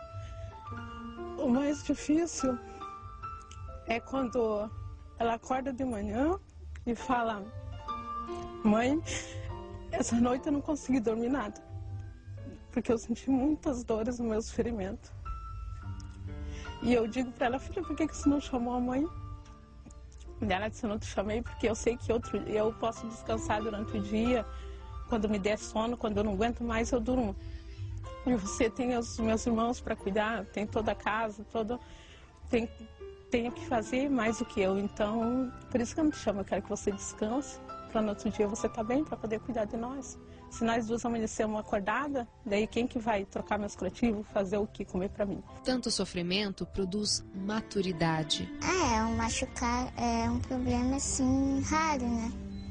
o mais difícil é quando ela acorda de manhã e fala: mãe, essa noite eu não consegui dormir nada, porque eu senti muitas dores no meu ferimento. E eu digo para ela: filha, por que você não chamou a mãe? E ela disse: eu não te chamei porque eu sei que eu posso descansar durante o dia, quando me der sono, quando eu não aguento mais eu durmo. E você tem os meus irmãos para cuidar, tem toda a casa, tem o que fazer mais do que eu. Então, por isso que eu não te chamo, eu quero que você descanse, para no outro dia você estar bem, para poder cuidar de nós. Se nós duas amanhecermos acordada, daí quem que vai trocar meus curativos, fazer o que comer para mim? Tanto sofrimento produz maturidade. O machucar é um problema, assim, raro, né?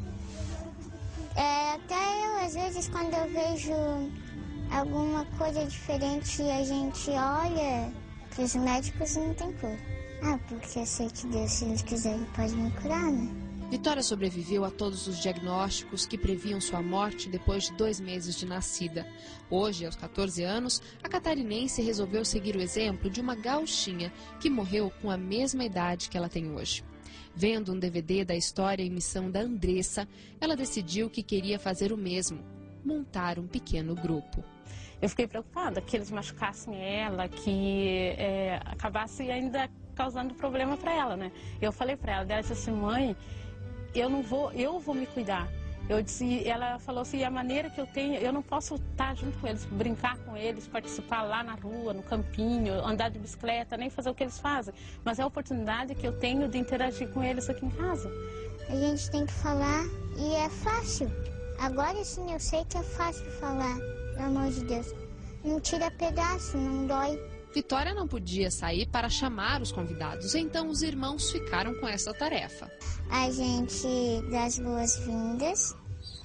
Até eu, às vezes, quando eu vejo alguma coisa diferente, a gente olha para os médicos e não tem cura. Porque eu sei que Deus, se Ele quiser, Ele pode me curar, né? Vitória sobreviveu a todos os diagnósticos que previam sua morte depois de 2 meses de nascida. Hoje, aos 14 anos, a catarinense resolveu seguir o exemplo de uma gauchinha que morreu com a mesma idade que ela tem hoje. Vendo um DVD da história e missão da Andressa, ela decidiu que queria fazer o mesmo, montar um pequeno grupo. Eu fiquei preocupada que eles machucassem ela, que acabasse ainda causando problema para ela, né? Eu falei para ela, ela disse assim: mãe, eu vou me cuidar. Ela falou assim: a maneira que eu tenho, eu não posso estar junto com eles, brincar com eles, participar lá na rua, no campinho, andar de bicicleta, nem fazer o que eles fazem. Mas é a oportunidade que eu tenho de interagir com eles aqui em casa. A gente tem que falar e é fácil. Agora sim eu sei que é fácil falar, pelo amor de Deus. Não tira pedaço, não dói. Vitória não podia sair para chamar os convidados, então os irmãos ficaram com essa tarefa. A gente dá as boas-vindas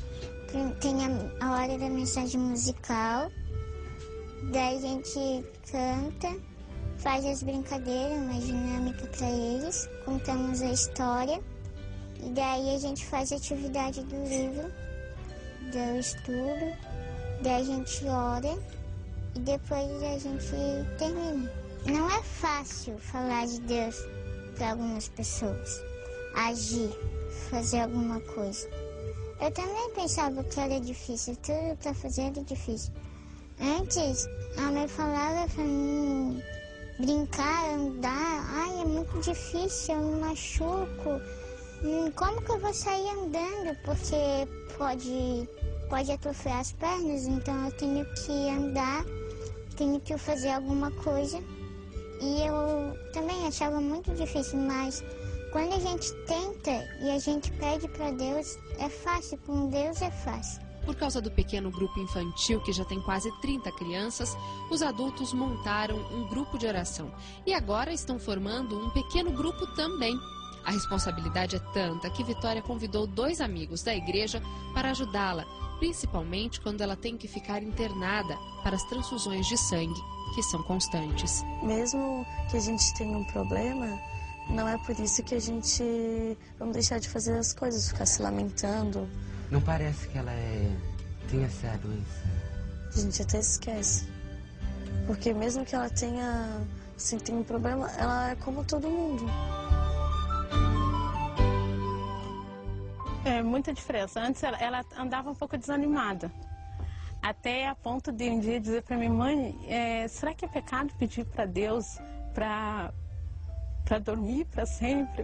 tem a hora da mensagem musical, daí a gente canta, faz as brincadeiras, uma dinâmica para eles, contamos a história, e daí a gente faz a atividade do livro, do estudo, daí a gente ora e depois a gente termina. Não é fácil falar de Deus para algumas pessoas, agir, fazer alguma coisa. Eu também pensava que era difícil, tudo para fazer era difícil. Antes, a mãe falava para mim brincar, andar, ai, é muito difícil, eu me machuco. Como que eu vou sair andando? Porque pode atrofiar as pernas, então eu tenho que andar, tenho que fazer alguma coisa. E eu também achava muito difícil, mas quando a gente tenta e a gente pede para Deus, é fácil, com Deus é fácil. Por causa do pequeno grupo infantil, que já tem quase 30 crianças, os adultos montaram um grupo de oração e agora estão formando um pequeno grupo também. A responsabilidade é tanta que Vitória convidou 2 amigos da igreja para ajudá-la, principalmente quando ela tem que ficar internada para as transfusões de sangue, que são constantes. Mesmo que a gente tenha um problema, não é por isso que a gente vamos deixar de fazer as coisas, ficar se lamentando. Não parece que ela tem essa doença. A gente até esquece. Porque mesmo que ela tenha um problema, ela é como todo mundo. É muita diferença. Antes ela andava um pouco desanimada. Até a ponto de um dia dizer para minha mãe, será que é pecado pedir para Deus para dormir para sempre?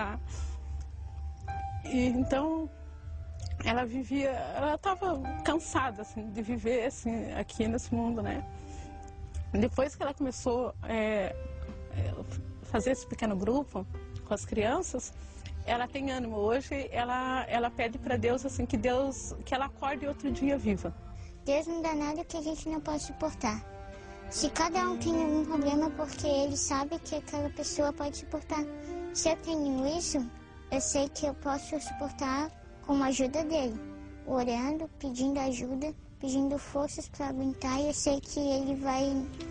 E então ela estava cansada assim, de viver assim, aqui nesse mundo, né? Depois que ela começou a fazer esse pequeno grupo com as crianças, ela tem ânimo. Hoje ela pede para Deus assim que ela acorde outro dia viva. Deus não dá nada que a gente não pode suportar. Se cada um tem algum problema, porque Ele sabe que aquela pessoa pode suportar. Se eu tenho isso, eu sei que eu posso suportar com a ajuda dEle. Orando, pedindo ajuda, pedindo forças para aguentar. E eu sei que Ele vai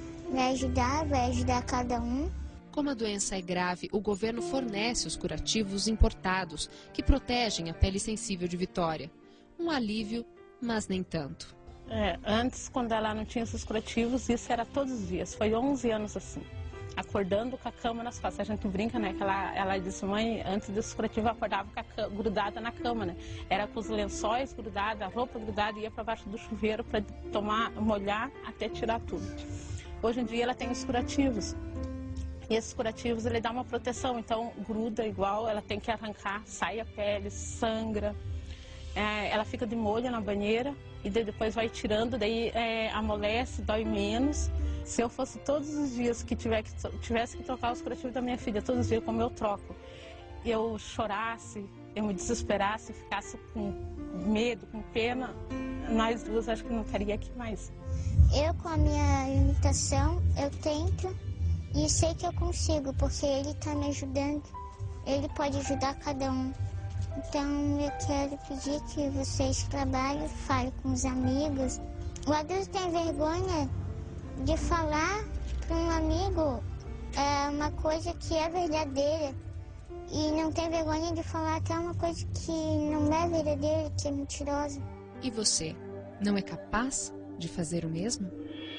ajudar cada um. Como a doença é grave, o governo fornece os curativos importados, que protegem a pele sensível de Vitória. Um alívio, mas nem tanto. Antes, quando ela não tinha esses curativos, isso era todos os dias. Foi 11 anos assim, acordando com a cama nas costas. A gente brinca, né? Que ela disse, mãe, antes desse curativo eu acordava grudada na cama, né? Era com os lençóis grudados, a roupa grudada, ia para baixo do chuveiro para molhar até tirar tudo. Hoje em dia ela tem os curativos. E esses curativos, ele dá uma proteção, então gruda igual, ela tem que arrancar, sai a pele, sangra. Ela fica de molho na banheira e depois vai tirando, daí amolece, dói menos. Se eu fosse todos os dias que tivesse que trocar os curativos da minha filha, todos os dias como eu troco, eu chorasse, eu me desesperasse, ficasse com medo, com pena, nós duas acho que não estaria aqui mais. Eu, com a minha limitação, eu tento e sei que eu consigo, porque Ele está me ajudando. Ele pode ajudar cada um. Então eu quero pedir que vocês trabalhem, falem com os amigos. O adulto tem vergonha de falar para um amigo uma coisa que é verdadeira. E não tem vergonha de falar até uma coisa que não é verdadeira, que é mentirosa. E você, não é capaz de fazer o mesmo?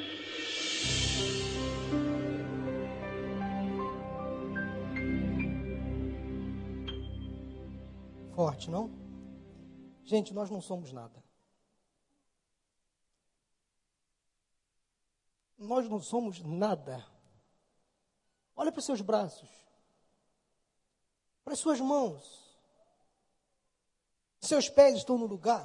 Forte, não? Gente, nós não somos nada. Nós não somos nada. Olha para os seus braços, para as suas mãos. Seus pés estão no lugar.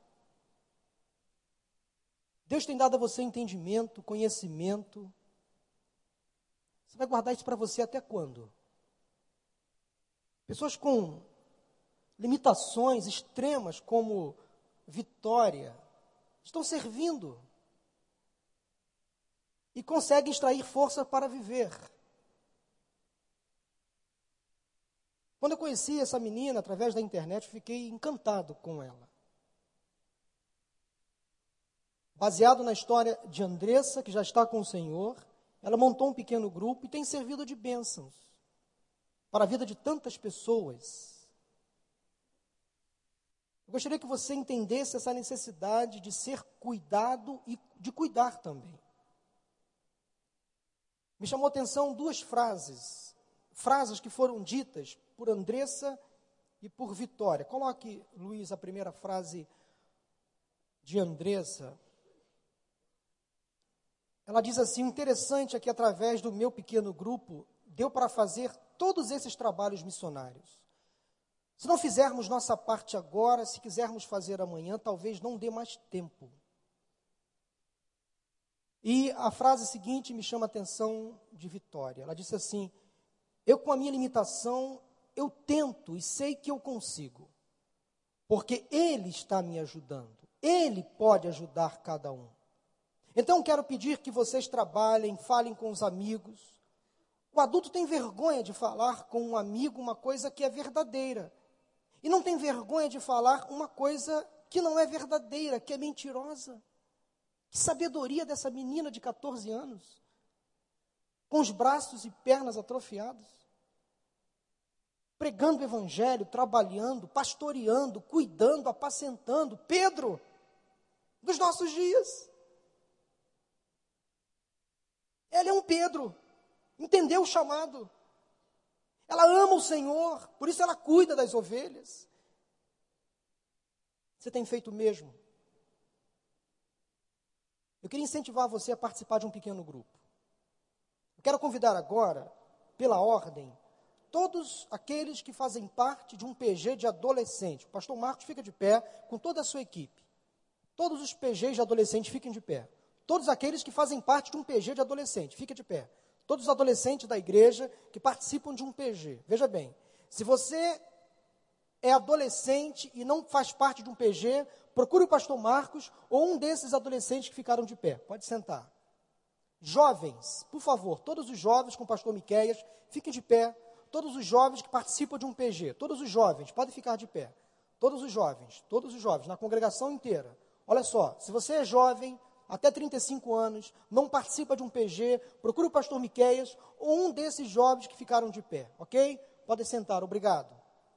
Deus tem dado a você entendimento, conhecimento. Você vai guardar isso para você até quando? Pessoas com limitações extremas como Vitória estão servindo e conseguem extrair força para viver. Quando eu conheci essa menina através da internet, fiquei encantado com ela. baseado na história de Andressa, que já está com o Senhor. Ela montou um pequeno grupo e tem servido de bênçãos para a vida de tantas pessoas. Eu gostaria que você entendesse essa necessidade de ser cuidado e de cuidar também. Me chamou a atenção duas frases que foram ditas por Andressa e por Vitória. Coloque, Luiz, a primeira frase de Andressa. Ela diz assim: interessante é que através do meu pequeno grupo deu para fazer todos esses trabalhos missionários. Se não fizermos nossa parte agora, se quisermos fazer amanhã, talvez não dê mais tempo. E a frase seguinte me chama a atenção de Vitória. Ela disse assim: eu com a minha limitação, eu tento e sei que eu consigo, porque Ele está me ajudando. Ele pode ajudar cada um. Então quero pedir que vocês trabalhem, falem com os amigos. O adulto tem vergonha de falar com um amigo uma coisa que é verdadeira. E não tem vergonha de falar uma coisa que não é verdadeira, que é mentirosa. Que sabedoria dessa menina de 14 anos, com os braços e pernas atrofiados, pregando o evangelho, trabalhando, pastoreando, cuidando, apacentando. Pedro, dos nossos dias. Ela é um Pedro, entendeu o chamado. Ela ama o Senhor, por isso ela cuida das ovelhas. Você tem feito o mesmo? Eu queria incentivar você a participar de um pequeno grupo. Eu quero convidar agora, pela ordem, todos aqueles que fazem parte de um PG de adolescente. O pastor Marcos fica de pé com toda a sua equipe. Todos os PGs de adolescente fiquem de pé. Todos aqueles que fazem parte de um PG de adolescente, fiquem de pé. Todos os adolescentes da igreja que participam de um PG. Veja bem, se você é adolescente e não faz parte de um PG, procure o pastor Marcos ou um desses adolescentes que ficaram de pé. Pode sentar. Jovens, por favor, todos os jovens com o pastor Miqueias, fiquem de pé. Todos os jovens que participam de um PG, todos os jovens, podem ficar de pé. Todos os jovens, na congregação inteira. Olha só, se você é jovem, até 35 anos, não participa de um PG, procure o pastor Miqueias ou um desses jovens que ficaram de pé, ok? Podem sentar, obrigado.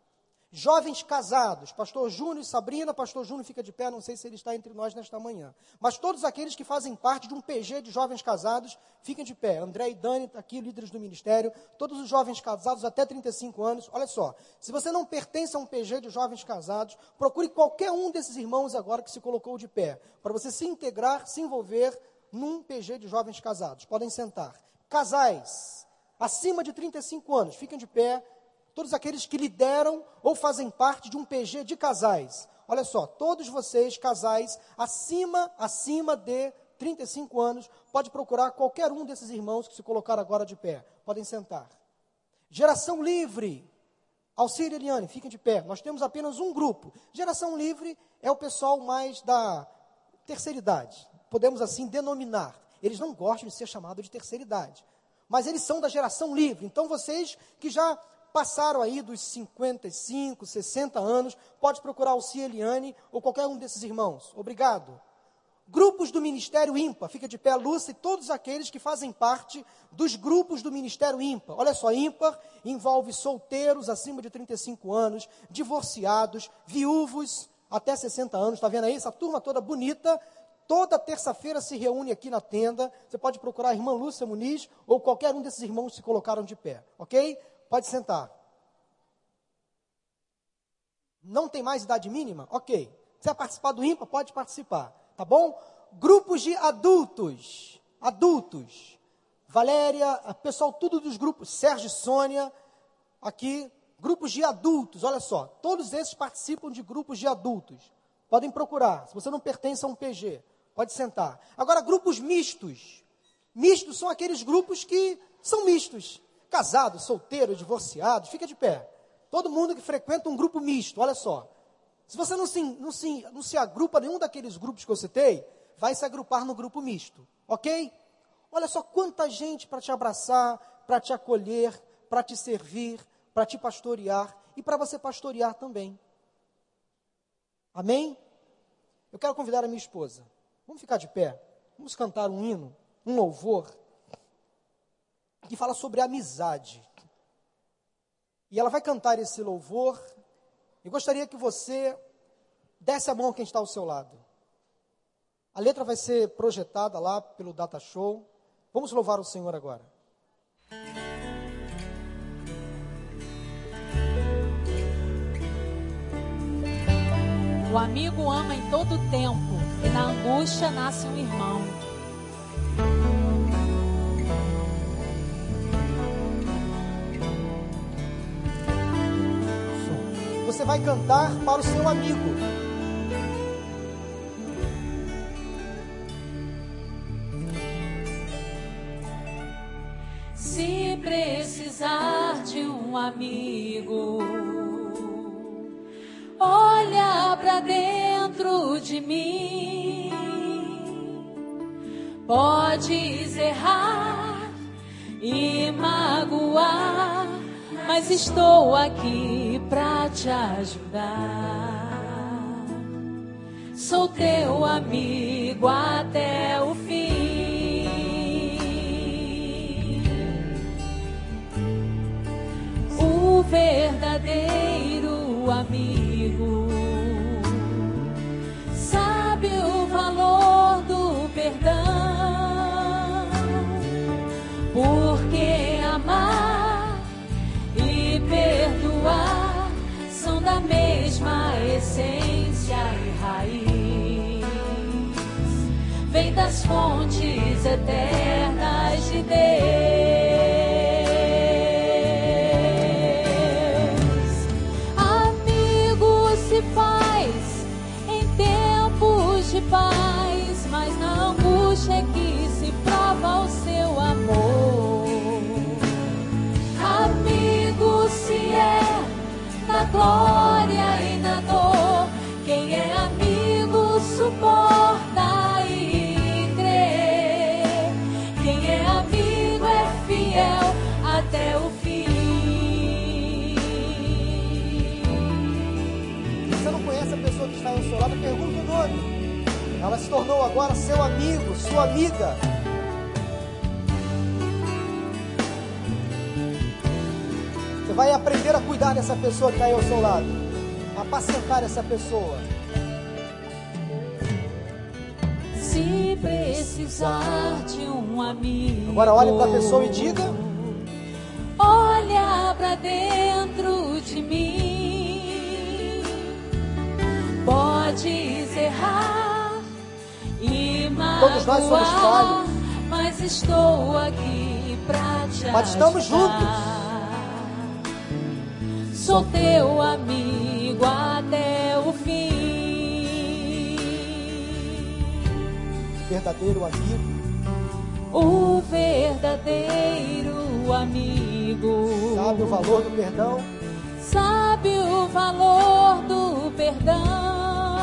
Jovens casados, pastor Júnior e Sabrina, pastor Júnior fica de pé, não sei se ele está entre nós nesta manhã. Mas todos aqueles que fazem parte de um PG de jovens casados, fiquem de pé. André e Dani, aqui, líderes do ministério, todos os jovens casados até 35 anos. Olha só, se você não pertence a um PG de jovens casados, procure qualquer um desses irmãos agora que se colocou de pé, para você se integrar, se envolver num PG de jovens casados. Podem sentar. Casais, acima de 35 anos, fiquem de pé. Todos aqueles que lideram ou fazem parte de um PG de casais. Olha só, todos vocês, casais, acima de 35 anos, pode procurar qualquer um desses irmãos que se colocaram agora de pé. Podem sentar. Geração Livre. Alcir e Eliane, fiquem de pé. Nós temos apenas um grupo. Geração Livre é o pessoal mais da terceira idade. Podemos assim denominar. Eles não gostam de ser chamados de terceira idade. Mas eles são da Geração Livre. Então vocês que já passaram aí dos 55, 60 anos, pode procurar o Cia Eliane ou qualquer um desses irmãos. Obrigado. Grupos do Ministério Ímpar, fica de pé, Lúcia, e todos aqueles que fazem parte dos grupos do Ministério Ímpar. Olha só, Ímpar envolve solteiros acima de 35 anos, divorciados, viúvos até 60 anos, está vendo aí? Essa turma toda bonita, toda terça-feira se reúne aqui na tenda. Você pode procurar a irmã Lúcia Muniz ou qualquer um desses irmãos que se colocaram de pé, ok? Pode sentar. Não tem mais idade mínima? Ok. Se vai participar do ímpar, pode participar. Tá bom? Grupos de adultos. Adultos. Valéria, pessoal, tudo dos grupos. Sérgio e Sônia, aqui. Grupos de adultos, olha só. Todos esses participam de grupos de adultos. Podem procurar. Se você não pertence a um PG, pode sentar. Agora, grupos mistos. Mistos são aqueles grupos que são mistos. Casados, solteiros, divorciados, fica de pé. Todo mundo que frequenta um grupo misto, olha só. Se você não se agrupa a nenhum daqueles grupos que eu citei, vai se agrupar no grupo misto, ok? Olha só quanta gente para te abraçar, para te acolher, para te servir, para te pastorear e para você pastorear também. Amém? Eu quero convidar a minha esposa. Vamos ficar de pé. Vamos cantar um hino, um louvor, que fala sobre amizade. E ela vai cantar esse louvor. E gostaria que você desse a mão a quem está ao seu lado. A letra vai ser projetada lá pelo Data Show. Vamos louvar o Senhor agora. O amigo ama em todo tempo, e na angústia nasce um irmão. Você vai cantar para o seu amigo. Se precisar de um amigo, olha pra dentro de mim. Podes errar e magoar, mas estou aqui pra te ajudar. Sou teu amigo até o fim. O verdadeiro amigo sabe o valor do perdão, porque amar e perdoar são da mesma essência e raiz, vem das fontes eternas de Deus. Faz em tempos de paz, mas na angústia é que se prova o seu amor. Amigo se é na glória e na dor, quem é amigo suporta e crê, quem é amigo é fiel até o fim. Essa pessoa que está ao seu lado, pergunta o nome. Ela se tornou agora seu amigo, sua amiga. Você vai aprender a cuidar dessa pessoa que está aí ao seu lado, apacentar essa pessoa. Se precisar de um amigo, agora olhe para a pessoa e diga: olha para dentro de mim. Podes errar e magoar, todos nós somos falhos, mas estou aqui pra te ajudar. Mas estamos juntos. Sou teu amigo até o fim. Verdadeiro amigo. O verdadeiro amigo sabe o valor do perdão. Sabe o valor do perdão,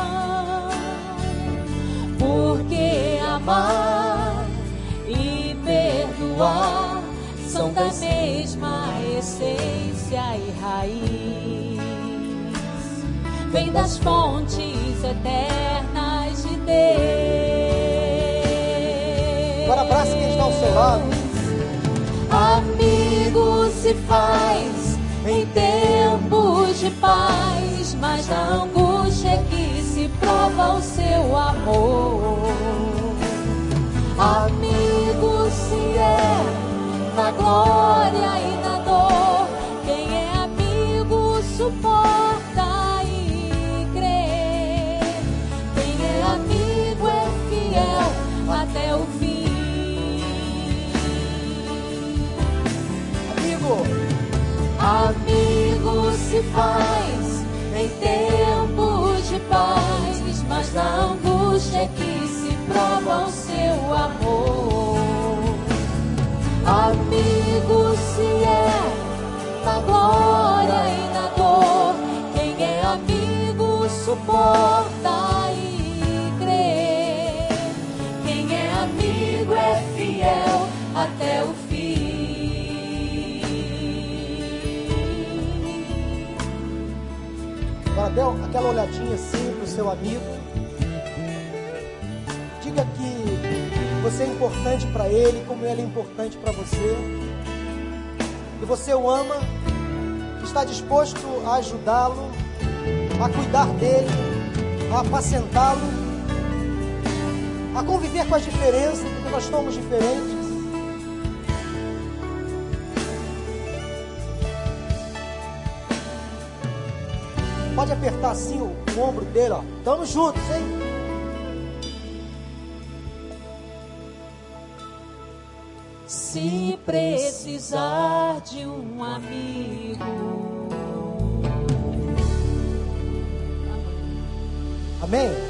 porque amar e perdoar são da mesma essência e raiz, vem das fontes eternas de Deus. Agora abraça quem está ao seu lado. Amigo se faz em tempos de paz, mas na angústia é que se prova o seu amor. Amigo se é na glória e na dor, quem é amigo suporta e crê, quem é amigo é fiel até o fim. Amigo se faz em tempos de paz, mas na angústia é que se prova o seu amor. Amigo se é na glória e na dor, quem é amigo suporta e crê, quem é amigo é fiel até o fim. Agora dê aquela olhadinha assim para o seu amigo. Diga você é importante para ele, como ele é importante para você. E você o ama, está disposto a ajudá-lo, a cuidar dele, a apacentá-lo, a conviver com as diferenças, porque nós somos diferentes. Pode apertar assim o ombro dele, ó. Estamos juntos, hein? Se precisar de um amigo. Amém?